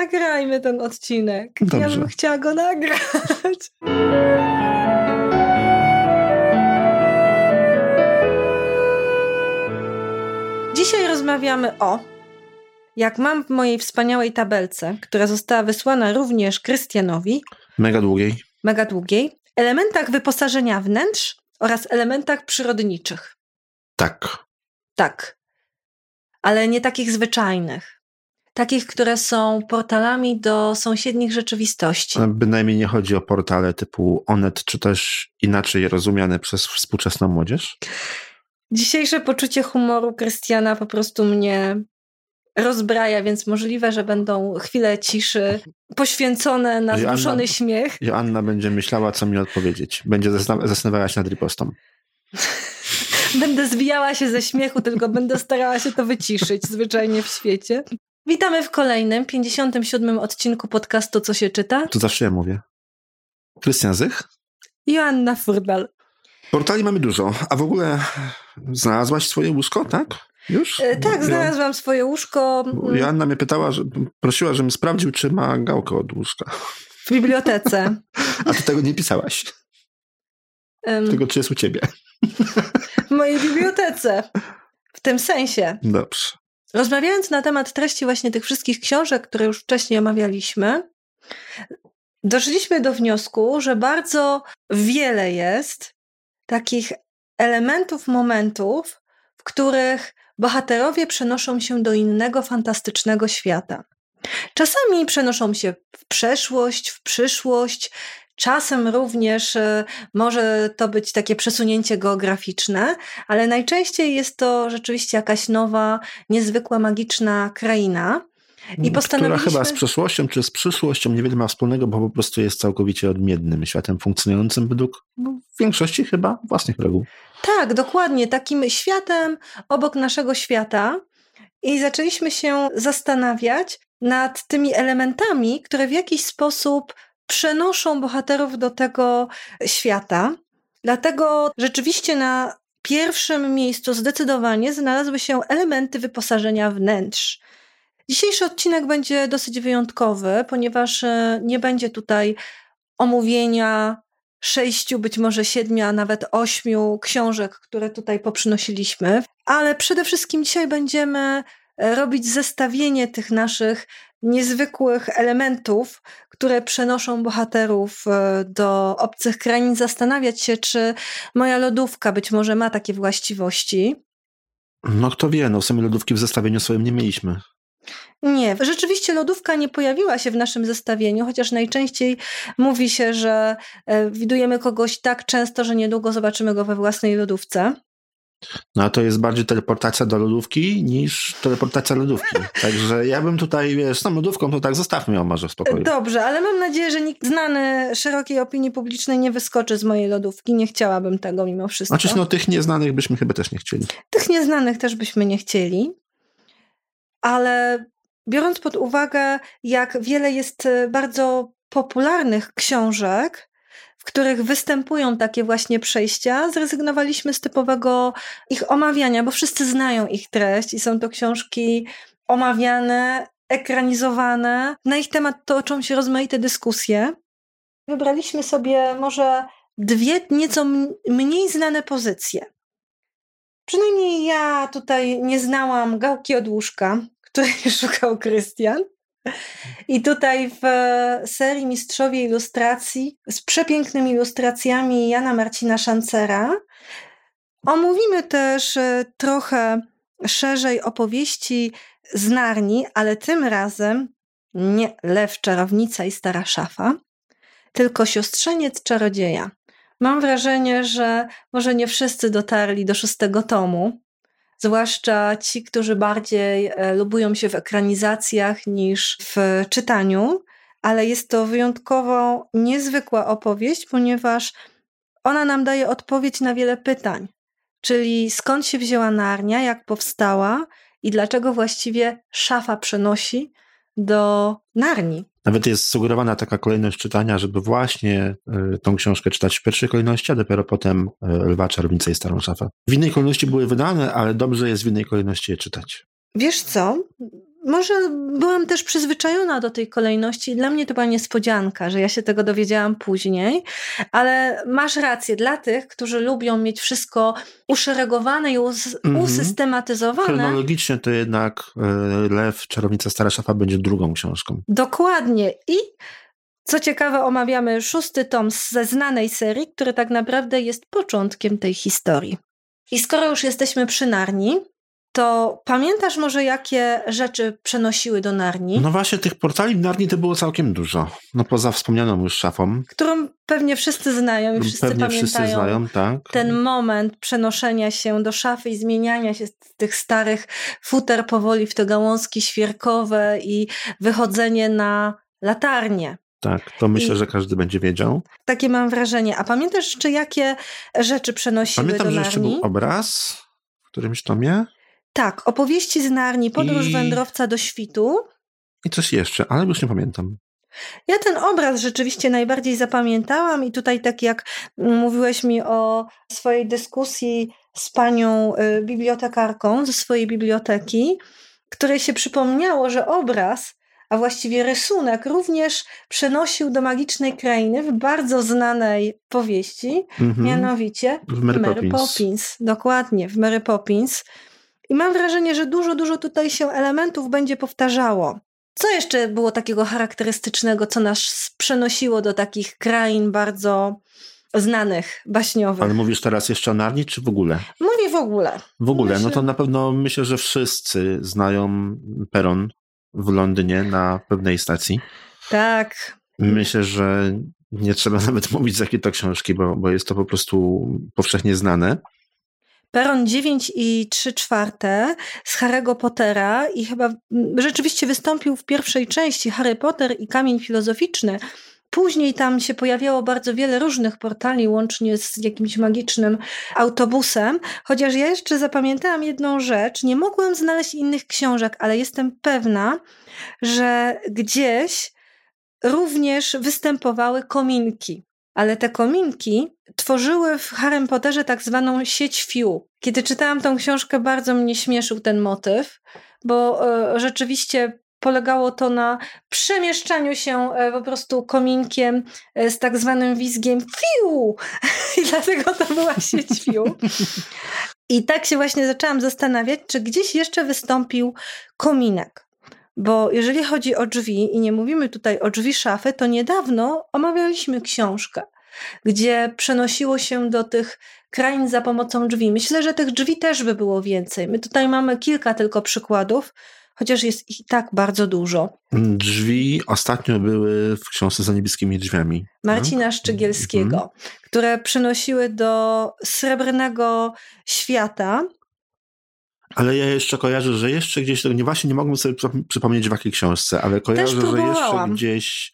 nagrajmy ten odcinek. Dobrze. Ja bym chciała go nagrać. Dzisiaj rozmawiamy o, jak mam w mojej wspaniałej tabelce, która została wysłana również Krystianowi, mega długiej, elementach wyposażenia wnętrz oraz elementach przyrodniczych. Tak. Ale nie takich zwyczajnych. Takich, które są portalami do sąsiednich rzeczywistości. Bynajmniej nie chodzi o portale typu Onet, czy też inaczej rozumiane przez współczesną młodzież? Dzisiejsze poczucie humoru Krystiana po prostu mnie rozbraja, więc możliwe, że będą chwile ciszy poświęcone na zduszony śmiech. Joanna będzie myślała, co mi odpowiedzieć. Będzie zastanawiała się nad ripostą. Będę zwijała się ze śmiechu, tylko będę starała się to wyciszyć zwyczajnie w świecie. Witamy w kolejnym, 57. odcinku podcastu Co się czyta? To zawsze ja mówię. Krystian Zych. Joanna Furdal. Portali mamy dużo, a w ogóle znalazłaś swoje łóżko, tak? Już? Tak, znalazłam swoje łóżko. Joanna mnie prosiła, żebym sprawdził, czy ma gałkę od łóżka. W bibliotece. A ty tego nie pisałaś. Tylko czy jest u ciebie. W mojej bibliotece. W tym sensie. Dobrze. Rozmawiając na temat treści właśnie tych wszystkich książek, które już wcześniej omawialiśmy, doszliśmy do wniosku, że bardzo wiele jest takich elementów, momentów, w których bohaterowie przenoszą się do innego, fantastycznego świata. Czasami przenoszą się w przeszłość, w przyszłość, czasem również może to być takie przesunięcie geograficzne, ale najczęściej jest to rzeczywiście jakaś nowa, niezwykła, magiczna kraina. I która chyba z przeszłością czy z przyszłością niewiele ma wspólnego, bo po prostu jest całkowicie odmiennym światem funkcjonującym według większości chyba własnych reguł. Tak, dokładnie. Takim światem obok naszego świata. I zaczęliśmy się zastanawiać nad tymi elementami, które w jakiś sposób przenoszą bohaterów do tego świata. Dlatego rzeczywiście na pierwszym miejscu zdecydowanie znalazły się elementy wyposażenia wnętrz. Dzisiejszy odcinek będzie dosyć wyjątkowy, ponieważ nie będzie tutaj omówienia 6, być może 7, a nawet 8 książek, które tutaj poprzynosiliśmy, ale przede wszystkim dzisiaj będziemy robić zestawienie tych naszych niezwykłych elementów, które przenoszą bohaterów do obcych krain, zastanawiać się, czy moja lodówka być może ma takie właściwości. No kto wie, w sumie lodówki w zestawieniu swoim nie mieliśmy. Nie, rzeczywiście lodówka nie pojawiła się w naszym zestawieniu, chociaż najczęściej mówi się, że widujemy kogoś tak często, że niedługo zobaczymy go we własnej lodówce. No a to jest bardziej teleportacja do lodówki niż teleportacja lodówki. Także ja bym tutaj, z tą lodówką to tak zostawmy ją może w spokoju. Dobrze, ale mam nadzieję, że nikt znany szerokiej opinii publicznej nie wyskoczy z mojej lodówki. Nie chciałabym tego mimo wszystko. Znaczy, tych nieznanych byśmy chyba też nie chcieli. Tych nieznanych też byśmy nie chcieli. Ale biorąc pod uwagę, jak wiele jest bardzo popularnych książek, w których występują takie właśnie przejścia, zrezygnowaliśmy z typowego ich omawiania, bo wszyscy znają ich treść i są to książki omawiane, ekranizowane. Na ich temat toczą się rozmaite dyskusje. Wybraliśmy sobie może 2 nieco mniej znane pozycje. Przynajmniej ja tutaj nie znałam gałki od łóżka, której szukał Krystian. I tutaj w serii Mistrzowie Ilustracji z przepięknymi ilustracjami Jana Marcina Szancera omówimy też trochę szerzej opowieści z Narni, ale tym razem nie Lew, Czarownica i Stara Szafa, tylko Siostrzeniec Czarodzieja. Mam wrażenie, że może nie wszyscy dotarli do 6. tomu, zwłaszcza ci, którzy bardziej lubują się w ekranizacjach niż w czytaniu, ale jest to wyjątkowo niezwykła opowieść, ponieważ ona nam daje odpowiedź na wiele pytań, czyli skąd się wzięła Narnia, jak powstała i dlaczego właściwie szafa przenosi do Narni. Nawet jest sugerowana taka kolejność czytania, żeby właśnie tą książkę czytać w pierwszej kolejności, a dopiero potem Lwa, Czarownicę i Starą Szafę. W innej kolejności były wydane, ale dobrze jest w innej kolejności je czytać. Wiesz co? może byłam też przyzwyczajona do tej kolejności i dla mnie to była niespodzianka, że ja się tego dowiedziałam później, ale masz rację, dla tych, którzy lubią mieć wszystko uszeregowane i usystematyzowane. Chronologicznie to jednak Lew, Czarownica Stara Szafa będzie drugą książką. Dokładnie. I co ciekawe, omawiamy 6. tom ze znanej serii, który tak naprawdę jest początkiem tej historii. I skoro już jesteśmy przy Narni, to pamiętasz może, jakie rzeczy przenosiły do Narni? No właśnie, tych portali w Narni to było całkiem dużo. No poza wspomnianą już szafą. Którą pewnie wszyscy znają i wszyscy pamiętają. Wszyscy znają, tak. Ten moment przenoszenia się do szafy i zmieniania się z tych starych futer powoli w te gałązki świerkowe i wychodzenie na latarnię. Tak, to myślę, że każdy będzie wiedział. Takie mam wrażenie. A pamiętasz jeszcze, jakie rzeczy przenosiły do Narni? Pamiętam, że jeszcze był obraz w którymś tomie. Tak, opowieści z Narni, podróż wędrowca do świtu. I coś jeszcze, ale już nie pamiętam. Ja ten obraz rzeczywiście najbardziej zapamiętałam i tutaj tak jak mówiłeś mi o swojej dyskusji z panią bibliotekarką ze swojej biblioteki, której się przypomniało, że obraz, a właściwie rysunek również przenosił do magicznej krainy w bardzo znanej powieści, mianowicie w Mary Poppins. Dokładnie, w Mary Poppins. I mam wrażenie, że dużo tutaj się elementów będzie powtarzało. Co jeszcze było takiego charakterystycznego, co nas przenosiło do takich krain bardzo znanych, baśniowych? Ale mówisz teraz jeszcze o Narni, czy w ogóle? Mówię w ogóle. W ogóle, no to na pewno myślę, że wszyscy znają peron w Londynie na pewnej stacji. Tak. Myślę, że nie trzeba nawet mówić, z jakiej to książki, bo jest to po prostu powszechnie znane. Peron 9 3/4 z Harry'ego Pottera i chyba rzeczywiście wystąpił w pierwszej części Harry Potter i Kamień Filozoficzny. Później tam się pojawiało bardzo wiele różnych portali, łącznie z jakimś magicznym autobusem. Chociaż ja jeszcze zapamiętałam jedną rzecz. Nie mogłam znaleźć innych książek, ale jestem pewna, że gdzieś również występowały kominki. Ale te kominki tworzyły w Harrym Potterze tak zwaną sieć fiu. Kiedy czytałam tą książkę, bardzo mnie śmieszył ten motyw, bo rzeczywiście polegało to na przemieszczaniu się po prostu kominkiem z tak zwanym wizgiem fiu. I dlatego to była sieć fiu. I tak się właśnie zaczęłam zastanawiać, czy gdzieś jeszcze wystąpił kominek. Bo jeżeli chodzi o drzwi, i nie mówimy tutaj o drzwi szafy, to niedawno omawialiśmy książkę, gdzie przenosiło się do tych krain za pomocą drzwi. Myślę, że tych drzwi też by było więcej. My tutaj mamy kilka tylko przykładów, chociaż jest ich tak bardzo dużo. Drzwi ostatnio były w książce Za niebieskimi drzwiami. Marcina Szczygielskiego, które przynosiły do Srebrnego Świata. Ale ja jeszcze kojarzę, że jeszcze gdzieś, nie mogłem sobie przypomnieć w jakiej książce, ale kojarzę, że jeszcze gdzieś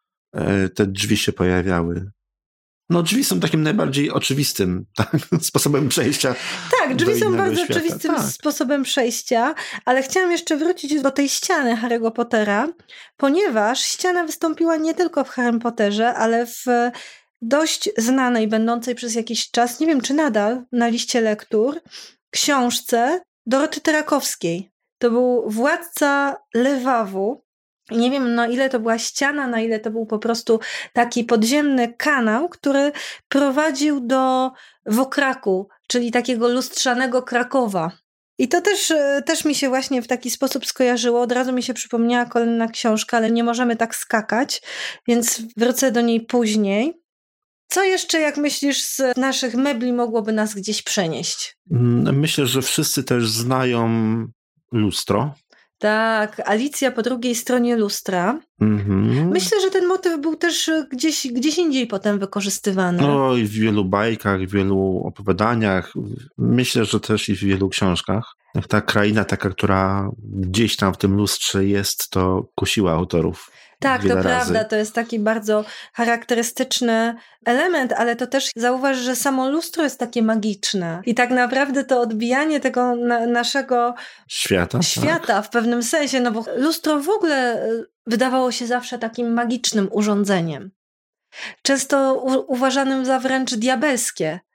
te drzwi się pojawiały. No drzwi są takim najbardziej oczywistym sposobem przejścia. Tak, drzwi są bardzo oczywistym sposobem przejścia, ale chciałam jeszcze wrócić do tej ściany Harry'ego Pottera, ponieważ ściana wystąpiła nie tylko w Harrym Potterze, ale w dość znanej, będącej przez jakiś czas, nie wiem czy nadal, na liście lektur, książce Doroty Terakowskiej. To był Władca Lewawu. I nie wiem, na ile to była ściana, na ile to był po prostu taki podziemny kanał, który prowadził do Wokraku, czyli takiego lustrzanego Krakowa. I to też mi się właśnie w taki sposób skojarzyło. Od razu mi się przypomniała kolejna książka, ale nie możemy tak skakać, więc wrócę do niej później. Co jeszcze, jak myślisz, z naszych mebli mogłoby nas gdzieś przenieść? Myślę, że wszyscy też znają lustro. Tak, Alicja po drugiej stronie lustra. Myślę, że ten motyw był też gdzieś indziej potem wykorzystywany. No i w wielu bajkach, w wielu opowiadaniach. Myślę, że też i w wielu książkach. Ta kraina taka, która gdzieś tam w tym lustrze jest, to kusiła autorów. Tak, to prawda, to jest taki bardzo charakterystyczny element, ale to też zauważ, że samo lustro jest takie magiczne i tak naprawdę to odbijanie tego naszego świata tak. W pewnym sensie, no bo lustro w ogóle wydawało się zawsze takim magicznym urządzeniem. Często uważanym za wręcz diabelskie.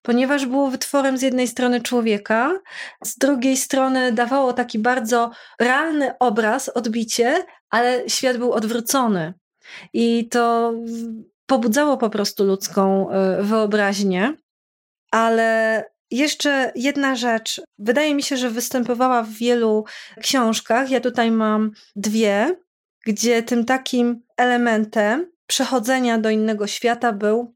ponieważ było wytworem z jednej strony człowieka, z drugiej strony dawało taki bardzo realny obraz, odbicie, ale świat był odwrócony. I to pobudzało po prostu ludzką wyobraźnię. Ale jeszcze jedna rzecz. Wydaje mi się, że występowała w wielu książkach. Ja tutaj mam 2, gdzie tym takim elementem przechodzenia do innego świata był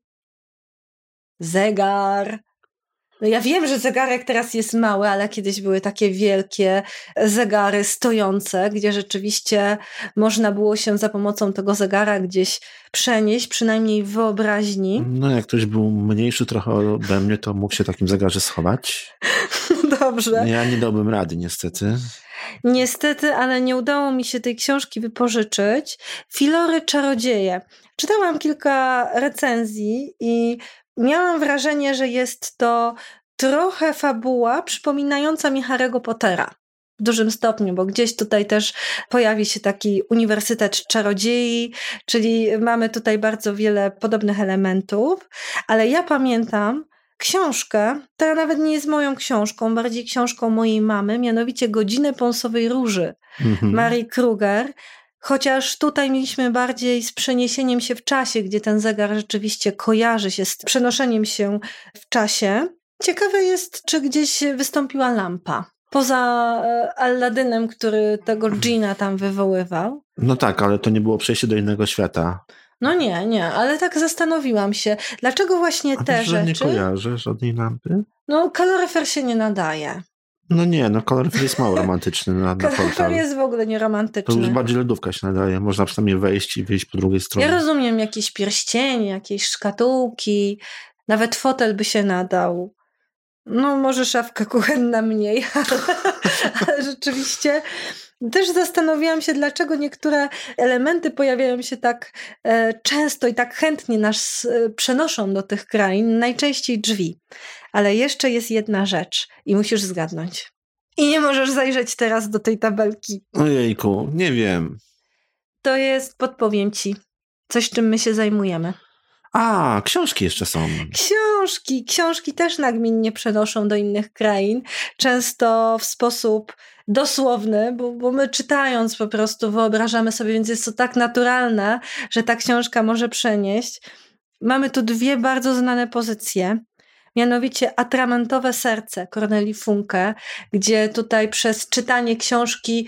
zegar. No ja wiem, że zegarek teraz jest mały, ale kiedyś były takie wielkie zegary stojące, gdzie rzeczywiście można było się za pomocą tego zegara gdzieś przenieść, przynajmniej w wyobraźni. No jak ktoś był mniejszy trochę ode mnie, to mógł się takim zegarze schować. Dobrze. Ja nie dałbym rady, niestety. Niestety, ale nie udało mi się tej książki wypożyczyć. Filory Czarodzieje. Czytałam kilka recenzji i miałam wrażenie, że jest to trochę fabuła przypominająca mi Harry'ego Pottera. W dużym stopniu, bo gdzieś tutaj też pojawi się taki Uniwersytet Czarodziei, czyli mamy tutaj bardzo wiele podobnych elementów, ale ja pamiętam książkę, która nawet nie jest moją książką, bardziej książką mojej mamy, mianowicie Godziny Pąsowej Róży Marii Kruger. Chociaż tutaj mieliśmy bardziej z przeniesieniem się w czasie, gdzie ten zegar rzeczywiście kojarzy się z przenoszeniem się w czasie. Ciekawe jest, czy gdzieś wystąpiła lampa. Poza Alladynem, który tego dżina tam wywoływał. No tak, ale to nie było przejście do innego świata. No nie, ale tak zastanowiłam się, dlaczego właśnie te rzeczy... nie kojarzę żadnej lampy? No kaloryfer się nie nadaje. No nie, kaloryfer jest mało romantyczny na portal. Kaloryfer jest w ogóle nieromantyczny. To już bardziej lodówka się nadaje. Można przynajmniej wejść i wyjść po drugiej stronie. Ja rozumiem jakieś pierścienie, jakieś szkatułki, nawet fotel by się nadał. No może szafka kuchenna mniej, ale rzeczywiście też zastanowiłam się, dlaczego niektóre elementy pojawiają się tak często i tak chętnie nas przenoszą do tych krain, najczęściej drzwi. Ale jeszcze jest jedna rzecz i musisz zgadnąć. I nie możesz zajrzeć teraz do tej tabelki. Ojejku, nie wiem. To jest, podpowiem ci, coś czym my się zajmujemy. A, książki jeszcze są. Książki też nagminnie przenoszą do innych krain, często w sposób dosłowny, bo my czytając po prostu wyobrażamy sobie, więc jest to tak naturalne, że ta książka może przenieść. Mamy tu 2 bardzo znane pozycje, mianowicie Atramentowe serce Corneli Funke, gdzie tutaj przez czytanie książki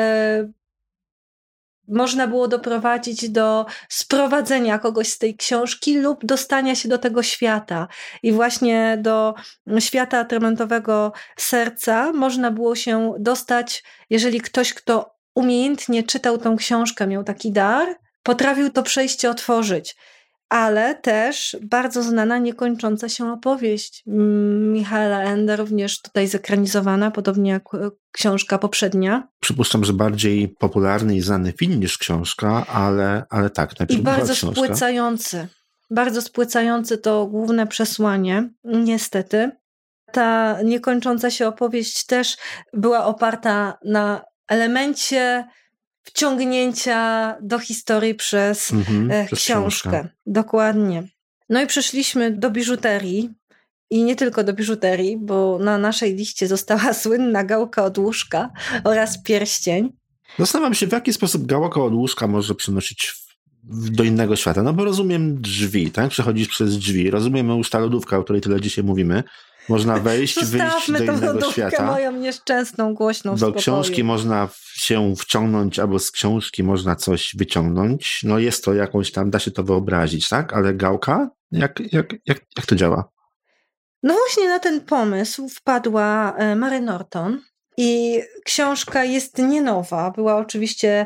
można było doprowadzić do sprowadzenia kogoś z tej książki lub dostania się do tego świata. I właśnie do świata Atramentowego serca można było się dostać, jeżeli ktoś, kto umiejętnie czytał tą książkę, miał taki dar, potrafił to przejście otworzyć. Ale też bardzo znana, niekończąca się opowieść Michaela Enda, również tutaj zekranizowana, podobnie jak książka poprzednia. Przypuszczam, że bardziej popularny i znany film niż książka, ale tak. I bardzo spłycający. Bardzo spłycający to główne przesłanie, niestety. Ta niekończąca się opowieść też była oparta na elemencie wciągnięcia do historii przez książkę. Dokładnie. No i przeszliśmy do biżuterii i nie tylko do biżuterii, bo na naszej liście została słynna gałka od łóżka oraz pierścień. Zastanawiam się, w jaki sposób gałka od łóżka może przenosić do innego świata. No bo rozumiem drzwi, tak? Przechodzisz przez drzwi. Rozumiemy już ta lodówka, o której tyle dzisiaj mówimy. Można wejść, wyjść do innego świata. Moją nieszczęsną, głośną do książki można się wciągnąć, albo z książki można coś wyciągnąć. No jest to jakąś tam, da się to wyobrazić, tak? Ale gałka? Jak to działa? No właśnie na ten pomysł wpadła Mary Norton i książka jest nie nowa. Była oczywiście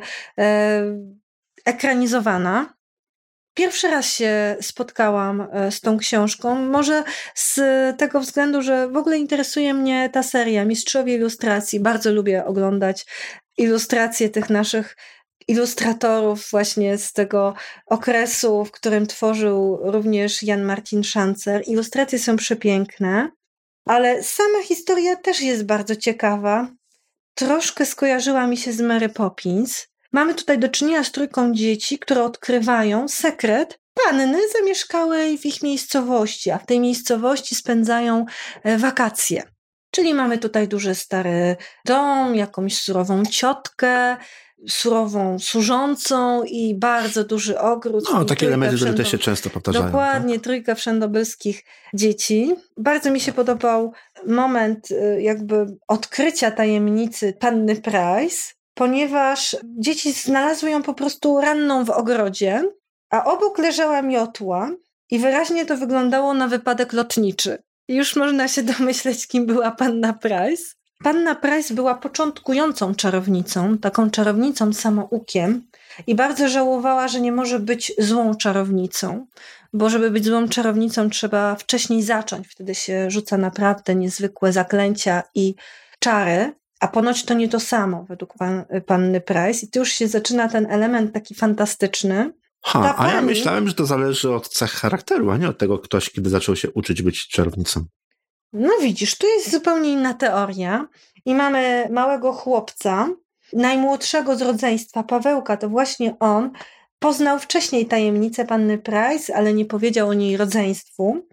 ekranizowana. Pierwszy raz się spotkałam z tą książką, może z tego względu, że w ogóle interesuje mnie ta seria Mistrzowie Ilustracji. Bardzo lubię oglądać ilustracje tych naszych ilustratorów właśnie z tego okresu, w którym tworzył również Jan Martin Szancer. Ilustracje są przepiękne, ale sama historia też jest bardzo ciekawa. Troszkę skojarzyła mi się z Mary Poppins. Mamy tutaj do czynienia z trójką dzieci, które odkrywają sekret panny zamieszkałej w ich miejscowości, a w tej miejscowości spędzają wakacje. Czyli mamy tutaj duży stary dom, jakąś surową ciotkę, surową służącą i bardzo duży ogród. No, takie elementy, które też się często powtarzają. Dokładnie, tak? Trójka wszędobylskich dzieci. Bardzo mi się podobał moment jakby odkrycia tajemnicy panny Price, ponieważ dzieci znalazły ją po prostu ranną w ogrodzie, a obok leżała miotła i wyraźnie to wyglądało na wypadek lotniczy. I już można się domyśleć, kim była panna Price. Panna Price była początkującą czarownicą, taką czarownicą samoukiem i bardzo żałowała, że nie może być złą czarownicą, bo żeby być złą czarownicą trzeba wcześniej zacząć, wtedy się rzuca naprawdę niezwykłe zaklęcia i czary, a ponoć to nie to samo według panny Price i tu już się zaczyna ten element taki fantastyczny. Ja myślałem, że to zależy od cech charakteru, a nie od tego, ktoś kiedy zaczął się uczyć być czarownicą. No widzisz, tu jest zupełnie inna teoria i mamy małego chłopca, najmłodszego z rodzeństwa, Pawełka, to właśnie on poznał wcześniej tajemnicę panny Price, ale nie powiedział o niej rodzeństwu.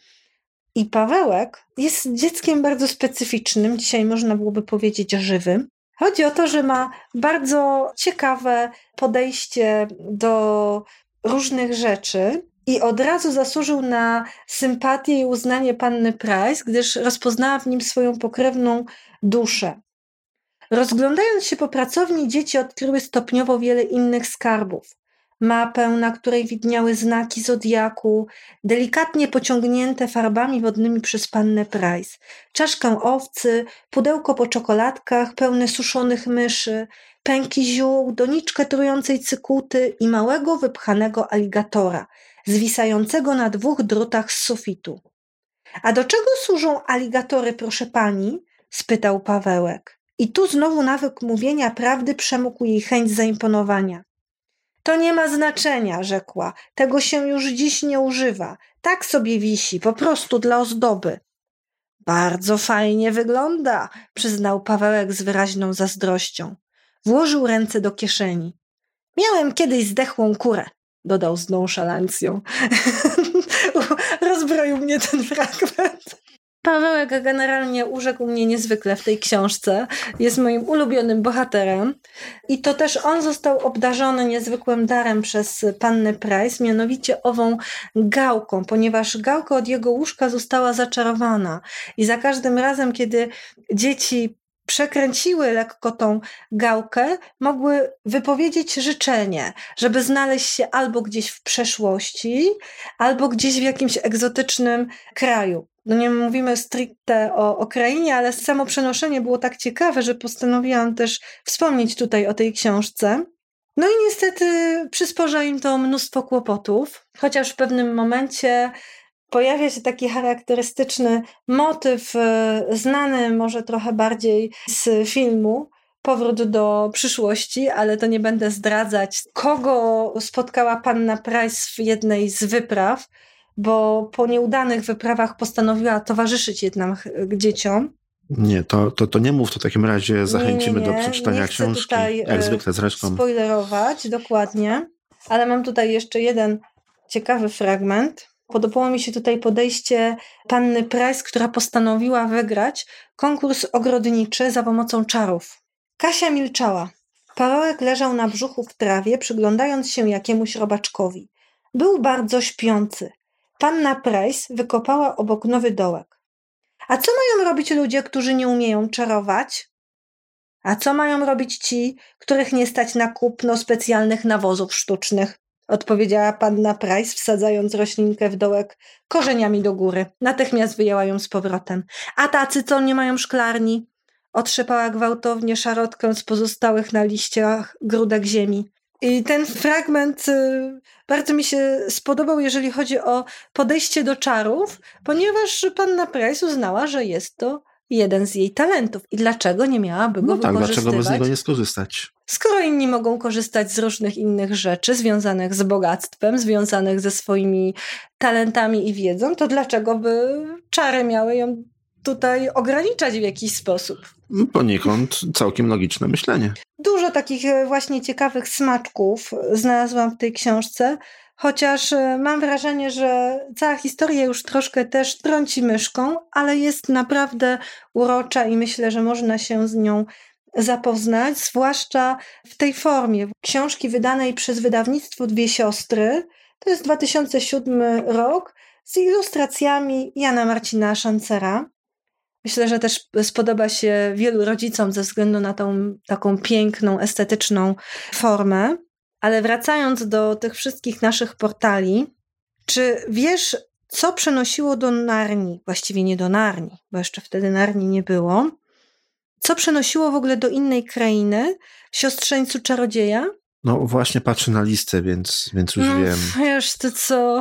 I Pawełek jest dzieckiem bardzo specyficznym, dzisiaj można byłoby powiedzieć żywym. Chodzi o to, że ma bardzo ciekawe podejście do różnych rzeczy i od razu zasłużył na sympatię i uznanie panny Price, gdyż rozpoznała w nim swoją pokrewną duszę. Rozglądając się po pracowni, dzieci odkryły stopniowo wiele innych skarbów. Mapę, na której widniały znaki zodiaku, delikatnie pociągnięte farbami wodnymi przez pannę Price, czaszkę owcy, pudełko po czekoladkach pełne suszonych myszy, pęki ziół, doniczkę trującej cykuty i małego wypchanego aligatora, zwisającego na 2 drutach z sufitu. A do czego służą aligatory, proszę pani? Spytał Pawełek. I tu znowu nawyk mówienia prawdy przemógł jej chęć zaimponowania. To nie ma znaczenia, rzekła. Tego się już dziś nie używa. Tak sobie wisi, po prostu dla ozdoby. Bardzo fajnie wygląda, przyznał Pawełek z wyraźną zazdrością. Włożył ręce do kieszeni. Miałem kiedyś zdechłą kurę, dodał z nonszalancją. Rozbroił mnie ten fragment. Pawełek generalnie urzekł mnie niezwykle w tej książce. Jest moim ulubionym bohaterem. I to też on został obdarzony niezwykłym darem przez pannę Price, mianowicie ową gałką, ponieważ gałka od jego łóżka została zaczarowana. I za każdym razem, kiedy dzieci przekręciły lekko tą gałkę, mogły wypowiedzieć życzenie, żeby znaleźć się albo gdzieś w przeszłości, albo gdzieś w jakimś egzotycznym kraju. No nie mówimy stricte o krainie, ale samo przenoszenie było tak ciekawe, że postanowiłam też wspomnieć tutaj o tej książce. No i niestety przysporza im to mnóstwo kłopotów, chociaż w pewnym momencie pojawia się taki charakterystyczny motyw, znany może trochę bardziej z filmu, Powrót do przyszłości, ale to nie będę zdradzać, kogo spotkała panna Price w jednej z wypraw, bo po nieudanych wyprawach postanowiła towarzyszyć jednak dzieciom. Nie, to nie mów, to w takim razie zachęcimy do przeczytania książki, tutaj, jak zwykle zresztą. Spoilerować, dokładnie, ale mam tutaj jeszcze jeden ciekawy fragment. Podobało mi się tutaj podejście panny Price, która postanowiła wygrać konkurs ogrodniczy za pomocą czarów. Kasia milczała. Pawełek leżał na brzuchu w trawie, przyglądając się jakiemuś robaczkowi. Był bardzo śpiący. Panna Price wykopała obok nowy dołek. A co mają robić ludzie, którzy nie umieją czarować? A co mają robić ci, których nie stać na kupno specjalnych nawozów sztucznych? Odpowiedziała panna Price, wsadzając roślinkę w dołek korzeniami do góry. Natychmiast wyjęła ją z powrotem. A tacy, co nie mają szklarni? Otrzepała gwałtownie szarotkę z pozostałych na liściach grudek ziemi. I ten fragment bardzo mi się spodobał, jeżeli chodzi o podejście do czarów, ponieważ panna Price uznała, że jest to jeden z jej talentów. I dlaczego nie miałaby go wykorzystywać? Dlaczego by z niego nie skorzystać? Skoro inni mogą korzystać z różnych innych rzeczy związanych z bogactwem, związanych ze swoimi talentami i wiedzą, to dlaczego by czary miały ją tutaj ograniczać w jakiś sposób? Poniekąd całkiem logiczne myślenie. Dużo takich właśnie ciekawych smaczków znalazłam w tej książce, chociaż mam wrażenie, że cała historia już troszkę też trąci myszką, ale jest naprawdę urocza i myślę, że można się z nią zapoznać, zwłaszcza w tej formie książki wydanej przez wydawnictwo Dwie Siostry. To jest 2007 rok z ilustracjami Jana Marcina Szancera. Myślę, że też spodoba się wielu rodzicom ze względu na tą taką piękną, estetyczną formę. Ale wracając do tych wszystkich naszych portali, czy wiesz, co przenosiło do Narni? Właściwie nie do Narni, bo jeszcze wtedy Narni nie było. Co przenosiło w ogóle do innej krainy? Siostrzeńcu czarodzieja? No właśnie patrzę na listę, więc już wiem. Wiesz ty co...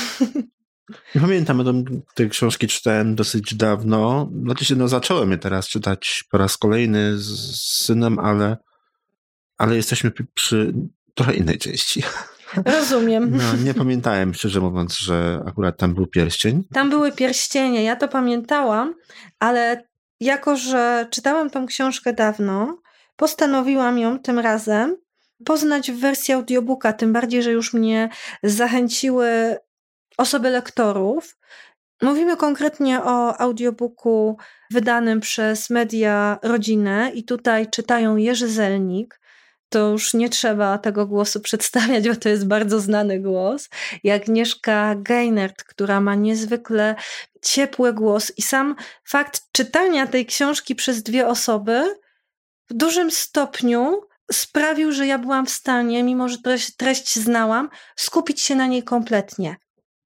Nie pamiętam, te książki czytałem dosyć dawno. Znaczy zacząłem je teraz czytać po raz kolejny z synem, ale jesteśmy przy trochę innej części. Rozumiem. No, nie pamiętałem, szczerze mówiąc, że akurat tam był pierścień. Tam były pierścienie, ja to pamiętałam, ale jako, że czytałam tą książkę dawno, postanowiłam ją tym razem poznać w wersji audiobooka, tym bardziej, że już mnie zachęciły osoby lektorów. Mówimy konkretnie o audiobooku wydanym przez Media Rodzinę i tutaj czytają Jerzy Zelnik. To już nie trzeba tego głosu przedstawiać, bo to jest bardzo znany głos. I Agnieszka Geinert, która ma niezwykle ciepły głos i sam fakt czytania tej książki przez dwie osoby w dużym stopniu sprawił, że ja byłam w stanie, mimo że treść znałam, skupić się na niej kompletnie.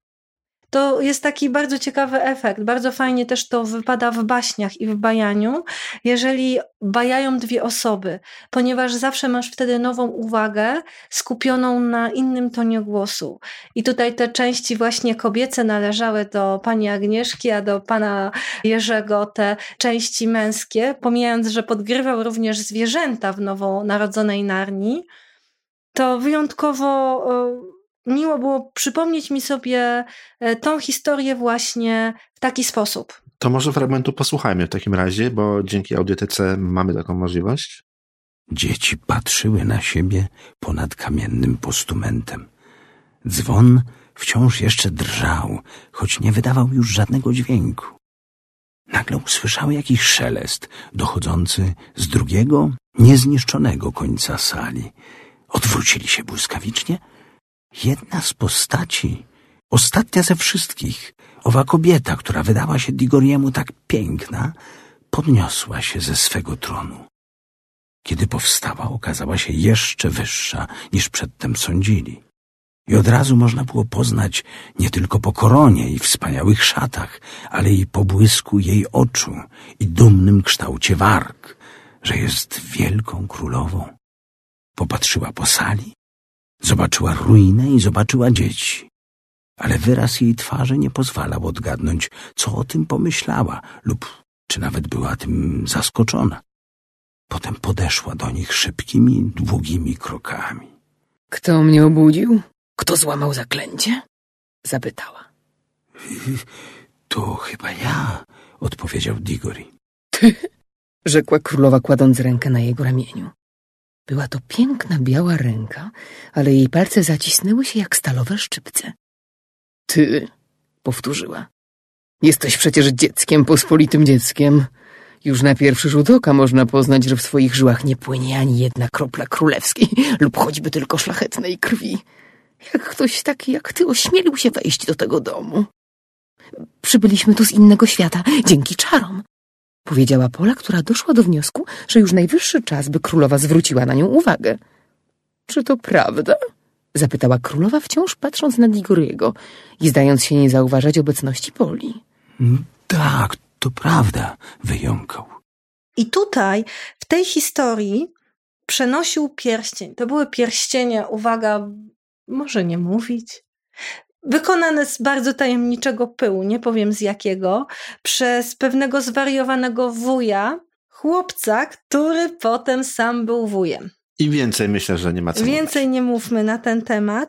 To jest taki bardzo ciekawy efekt. Bardzo fajnie też to wypada w baśniach i w bajaniu, jeżeli bajają dwie osoby, ponieważ zawsze masz wtedy nową uwagę skupioną na innym tonie głosu. I tutaj te części właśnie kobiece należały do pani Agnieszki, a do pana Jerzego te części męskie, pomijając, że podgrywał również zwierzęta w nowonarodzonej Narni. To wyjątkowo... miło było przypomnieć mi sobie tą historię właśnie w taki sposób. To może fragmentu posłuchajmy w takim razie, bo dzięki audiotece mamy taką możliwość. Dzieci patrzyły na siebie ponad kamiennym postumentem. Dzwon wciąż jeszcze drżał, choć nie wydawał już żadnego dźwięku. Nagle usłyszały jakiś szelest dochodzący z drugiego, niezniszczonego końca sali. Odwrócili się błyskawicznie. Jedna z postaci, ostatnia ze wszystkich, owa kobieta, która wydała się Digoriemu tak piękna, podniosła się ze swego tronu. Kiedy powstała, okazała się jeszcze wyższa, niż przedtem sądzili. I od razu można było poznać nie tylko po koronie i wspaniałych szatach, ale i po błysku jej oczu i dumnym kształcie warg, że jest wielką królową. Popatrzyła po sali, zobaczyła ruinę i zobaczyła dzieci. Ale wyraz jej twarzy nie pozwalał odgadnąć, co o tym pomyślała lub czy nawet była tym zaskoczona. Potem podeszła do nich szybkimi, długimi krokami. Kto mnie obudził? Kto złamał zaklęcie? Zapytała. To chyba ja, odpowiedział Diggory. Ty? Rzekła królowa, kładąc rękę na jego ramieniu. Była to piękna, biała ręka, ale jej palce zacisnęły się jak stalowe szczypce. Ty, powtórzyła. Jesteś przecież dzieckiem, pospolitym dzieckiem. Już na pierwszy rzut oka można poznać, że w twoich żyłach nie płynie ani jedna kropla królewskiej lub choćby tylko szlachetnej krwi. Jak ktoś taki jak ty ośmielił się wejść do tego domu? Przybyliśmy tu z innego świata, dzięki czarom, powiedziała Pola, która doszła do wniosku, że już najwyższy czas, by królowa zwróciła na nią uwagę. Czy to prawda? Zapytała królowa, wciąż patrząc na Diggory'ego i zdając się nie zauważać obecności Poli. Tak, to prawda, wyjąkał. I tutaj, w tej historii, przenosił pierścień. To były pierścienie, uwaga, może nie mówić, wykonane z bardzo tajemniczego pyłu, nie powiem z jakiego, przez pewnego zwariowanego wuja, chłopca, który potem sam był wujem. I więcej myślę, że nie ma co Więcej mówić. nie mówmy na ten temat,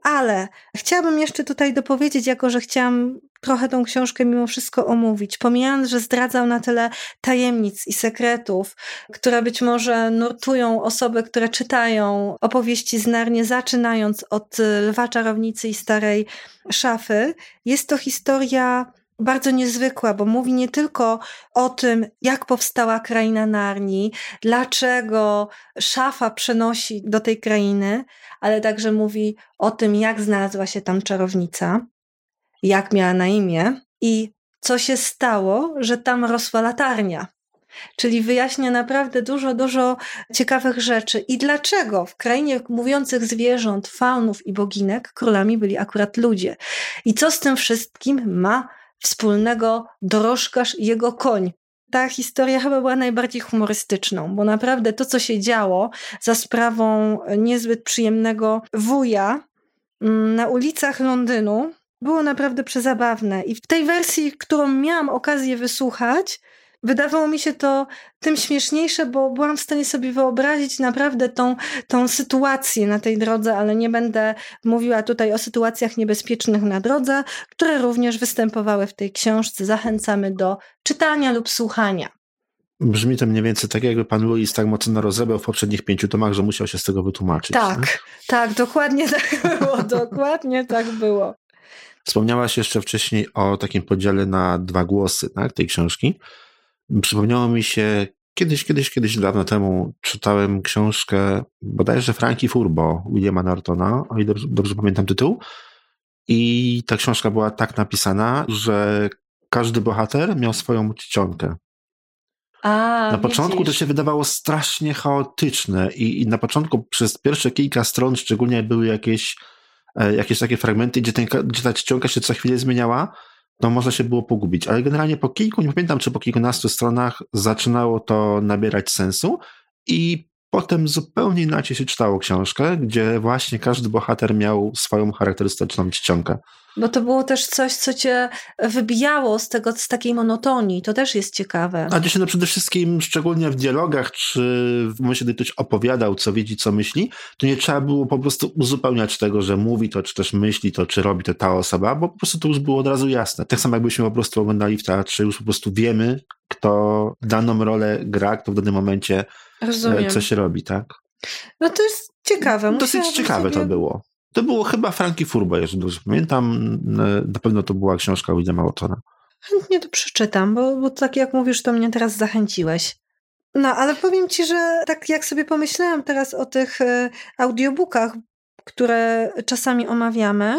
Ale chciałabym jeszcze tutaj dopowiedzieć, jako że chciałam trochę tą książkę mimo wszystko omówić, pomijając, że zdradzał na tyle tajemnic i sekretów, które być może nurtują osoby, które czytają opowieści z Narni, zaczynając od Lwa Czarownicy i Starej Szafy. Jest to historia bardzo niezwykła, bo mówi nie tylko o tym, jak powstała kraina Narni, dlaczego szafa przenosi do tej krainy, ale także mówi o tym, jak znalazła się tam czarownica, jak miała na imię i co się stało, że tam rosła latarnia. Czyli wyjaśnia naprawdę dużo ciekawych rzeczy. I dlaczego w krainie mówiących zwierząt, faunów i boginek królami byli akurat ludzie. I co z tym wszystkim ma wspólnego dorożkarz i jego koń. Ta historia chyba była najbardziej humorystyczną, bo naprawdę to, co się działo za sprawą niezbyt przyjemnego wuja na ulicach Londynu, było naprawdę przezabawne. I w tej wersji, którą miałam okazję wysłuchać, wydawało mi się to tym śmieszniejsze, bo byłam w stanie sobie wyobrazić naprawdę tą sytuację na tej drodze, ale nie będę mówiła tutaj o sytuacjach niebezpiecznych na drodze, które również występowały w tej książce. Zachęcamy do czytania lub słuchania. Brzmi to mniej więcej tak, jakby pan Louis tak mocno rozebrał w poprzednich 5 tomach, że musiał się z tego wytłumaczyć. Tak, dokładnie tak było, dokładnie tak było. Wspomniałaś jeszcze wcześniej o takim podziale na 2 głosy, tak, tej książki. Przypomniało mi się, kiedyś dawno temu czytałem książkę bodajże Frankie Furbo Williama Nortona, o ile dobrze pamiętam tytuł. I ta książka była tak napisana, że każdy bohater miał swoją czcionkę. Na początku to się wydawało strasznie chaotyczne i na początku przez pierwsze kilka stron szczególnie były jakieś takie fragmenty, gdzie ta czcionka się co chwilę zmieniała, to można się było pogubić. Ale generalnie po kilku, nie pamiętam czy po kilkunastu stronach zaczynało to nabierać sensu i potem zupełnie inaczej się czytało książkę, gdzie właśnie każdy bohater miał swoją charakterystyczną czcionkę. Bo to było też coś, co cię wybijało z takiej monotonii. To też jest ciekawe. A to się przede wszystkim, szczególnie w dialogach, czy w momencie, gdy ktoś opowiadał, co widzi, co myśli, to nie trzeba było po prostu uzupełniać tego, że mówi to, czy też myśli to, czy robi to ta osoba, bo po prostu to już było od razu jasne. Tak samo jakbyśmy po prostu oglądali w teatrze, już po prostu wiemy, kto daną rolę gra, kto w danym momencie co się robi, tak? No to jest ciekawe. Dosyć ciekawe to było. To było chyba Frankie Furbo, jeżeli dobrze pamiętam. Na pewno to była książka Williama Nortona. Chętnie to przeczytam, bo tak jak mówisz, to mnie teraz zachęciłeś. No, ale powiem ci, że tak jak sobie pomyślałam teraz o tych audiobookach, które czasami omawiamy,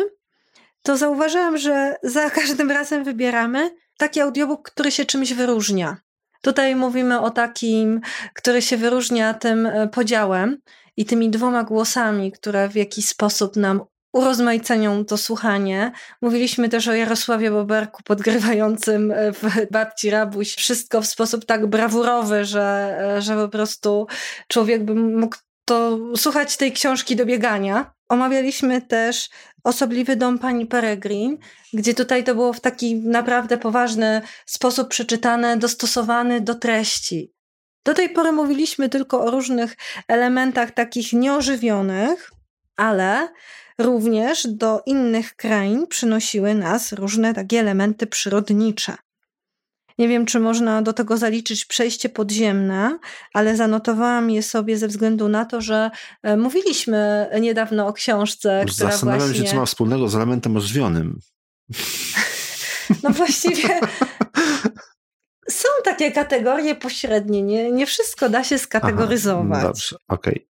to zauważyłam, że za każdym razem wybieramy taki audiobook, który się czymś wyróżnia. Tutaj mówimy o takim, który się wyróżnia tym podziałem i tymi 2 głosami, które w jakiś sposób nam urozmaicenią to słuchanie. Mówiliśmy też o Jarosławie Boberku podgrywającym w Babci Rabuś wszystko w sposób tak brawurowy, że po prostu człowiek by mógł to słuchać tej książki do biegania. Omawialiśmy też Osobliwy dom pani Peregrine, gdzie tutaj to było w taki naprawdę poważny sposób przeczytane, dostosowany do treści. Do tej pory mówiliśmy tylko o różnych elementach takich nieożywionych, ale również do innych krain przynosiły nas różne takie elementy przyrodnicze. Nie wiem, czy można do tego zaliczyć przejście podziemne, ale zanotowałam je sobie ze względu na to, że mówiliśmy niedawno o książce, która Zastanawiam się, co ma wspólnego z elementem ożywionym. No właściwie są takie kategorie pośrednie, nie wszystko da się skategoryzować. Dobrze, okej.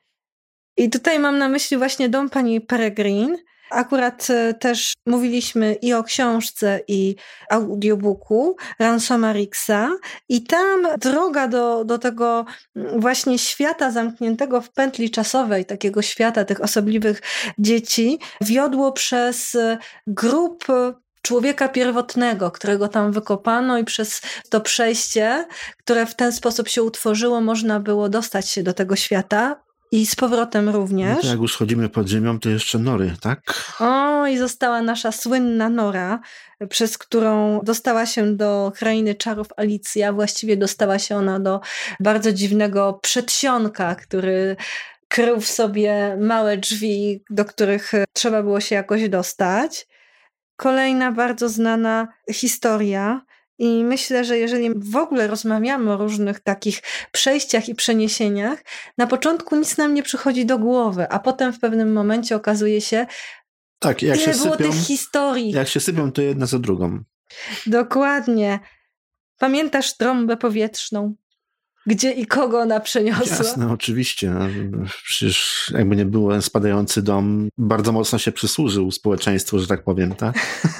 I tutaj mam na myśli właśnie dom pani Peregrine. Akurat też mówiliśmy i o książce, i audiobooku Ransoma Ricksa i tam droga do tego właśnie świata zamkniętego w pętli czasowej, takiego świata tych osobliwych dzieci, wiodło przez grób człowieka pierwotnego, którego tam wykopano i przez to przejście, które w ten sposób się utworzyło, można było dostać się do tego świata. I z powrotem również. No to jak już chodzimy pod ziemią, to jeszcze nory, tak? O, i została nasza słynna nora, przez którą dostała się do krainy czarów Alicja. Właściwie dostała się ona do bardzo dziwnego przedsionka, który krył w sobie małe drzwi, do których trzeba było się jakoś dostać. Kolejna bardzo znana historia. I myślę, że jeżeli w ogóle rozmawiamy o różnych takich przejściach i przeniesieniach, na początku nic nam nie przychodzi do głowy, a potem w pewnym momencie okazuje się, tak, jak ile się było sypią, tych historii. Jak się sypią, to jedna za drugą. Dokładnie. Pamiętasz trąbę powietrzną? Gdzie i kogo ona przeniosła? Jasne, oczywiście. Przecież jakby nie było, spadający dom bardzo mocno się przysłużył społeczeństwu, że tak powiem, tak?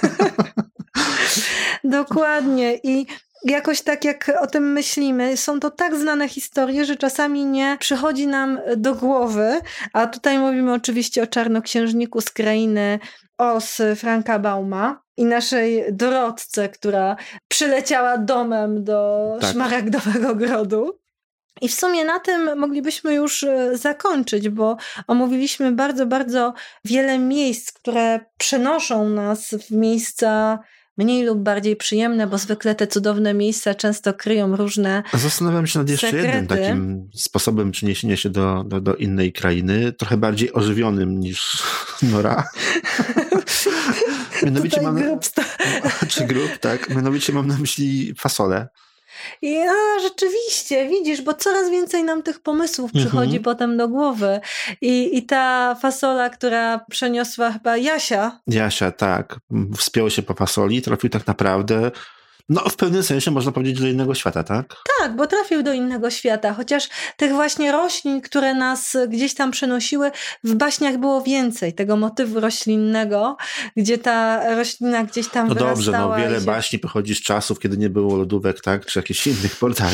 Dokładnie. I jakoś tak jak o tym myślimy, są to tak znane historie, że czasami nie przychodzi nam do głowy, a tutaj mówimy oczywiście o Czarnoksiężniku z krainy Oz Franka Bauma i naszej Dorotce, która przyleciała domem do Szmaragdowego Grodu. I w sumie na tym moglibyśmy już zakończyć, bo omówiliśmy bardzo, bardzo wiele miejsc, które przenoszą nas w miejsca mniej lub bardziej przyjemne, bo zwykle te cudowne miejsca często kryją różne Zastanawiam się nad jeszcze sekrety. jednym takim sposobem przeniesienia się do innej krainy, trochę bardziej ożywionym niż Nora. Mianowicie grup, tak. Mianowicie mam na myśli fasolę. Rzeczywiście, widzisz, bo coraz więcej nam tych pomysłów przychodzi potem do głowy. I ta fasola, która przeniosła chyba Jasia, tak. Wspiął się po fasoli, trafił tak naprawdę, w pewnym sensie można powiedzieć do innego świata, tak? Tak, bo trafił do innego świata, chociaż tych właśnie roślin, które nas gdzieś tam przenosiły, w baśniach było więcej, tego motywu roślinnego, gdzie ta roślina gdzieś tam wyrastała. Dobrze, wiele baśni pochodzi z czasów, kiedy nie było lodówek, tak? Czy jakichś innych portali.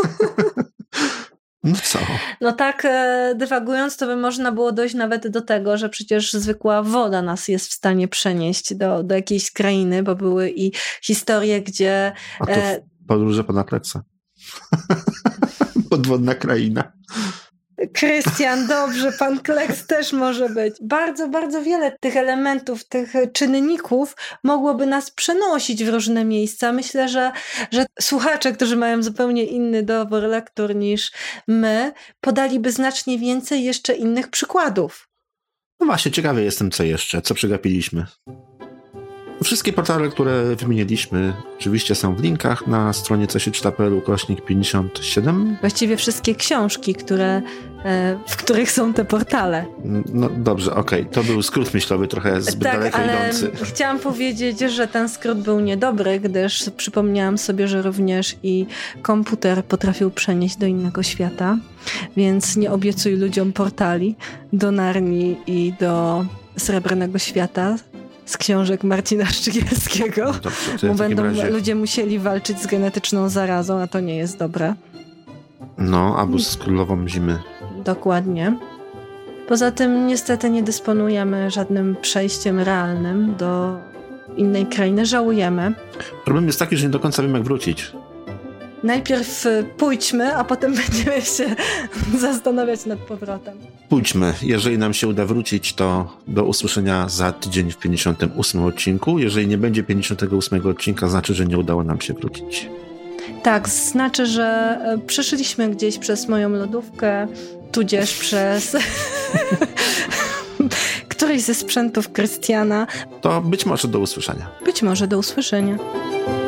No co? Tak dywagując, to by można było dojść nawet do tego, że przecież zwykła woda nas jest w stanie przenieść do jakiejś krainy, bo były i historie, gdzie... A to podróże po Napleca. Podwodna kraina. Krystian, dobrze, pan Kleks też może być. Bardzo, bardzo wiele tych elementów, tych czynników mogłoby nas przenosić w różne miejsca. Myślę, że słuchacze, którzy mają zupełnie inny dobór lektur niż my, podaliby znacznie więcej jeszcze innych przykładów. No właśnie, ciekawy jestem, co przegapiliśmy. Wszystkie portale, które wymieniliśmy, oczywiście są w linkach na stronie cośnieczyta.pl/57. Właściwie wszystkie książki, w których są te portale. No dobrze, okej. To był skrót myślowy, trochę zbyt daleko idący. Chciałam powiedzieć, że ten skrót był niedobry, gdyż przypomniałam sobie, że również i komputer potrafił przenieść do innego świata, więc nie obiecuj ludziom portali do Narni i do Srebrnego Świata z książek Marcina Szczygielskiego, bo będą ludzie musieli walczyć z genetyczną zarazą, a to nie jest dobre. Albo z Królową Zimy. Dokładnie. Poza tym niestety nie dysponujemy żadnym przejściem realnym do innej krainy. Żałujemy. Problem jest taki, że nie do końca wiem, jak wrócić. Najpierw pójdźmy, a potem będziemy się zastanawiać nad powrotem. Pójdźmy. Jeżeli nam się uda wrócić, to do usłyszenia za tydzień w 58 odcinku. Jeżeli nie będzie 58 odcinka, znaczy, że nie udało nam się wrócić. Tak, znaczy, że przeszliśmy gdzieś przez moją lodówkę, tudzież przez któryś ze sprzętów Krystiana. To być może do usłyszenia. Być może do usłyszenia.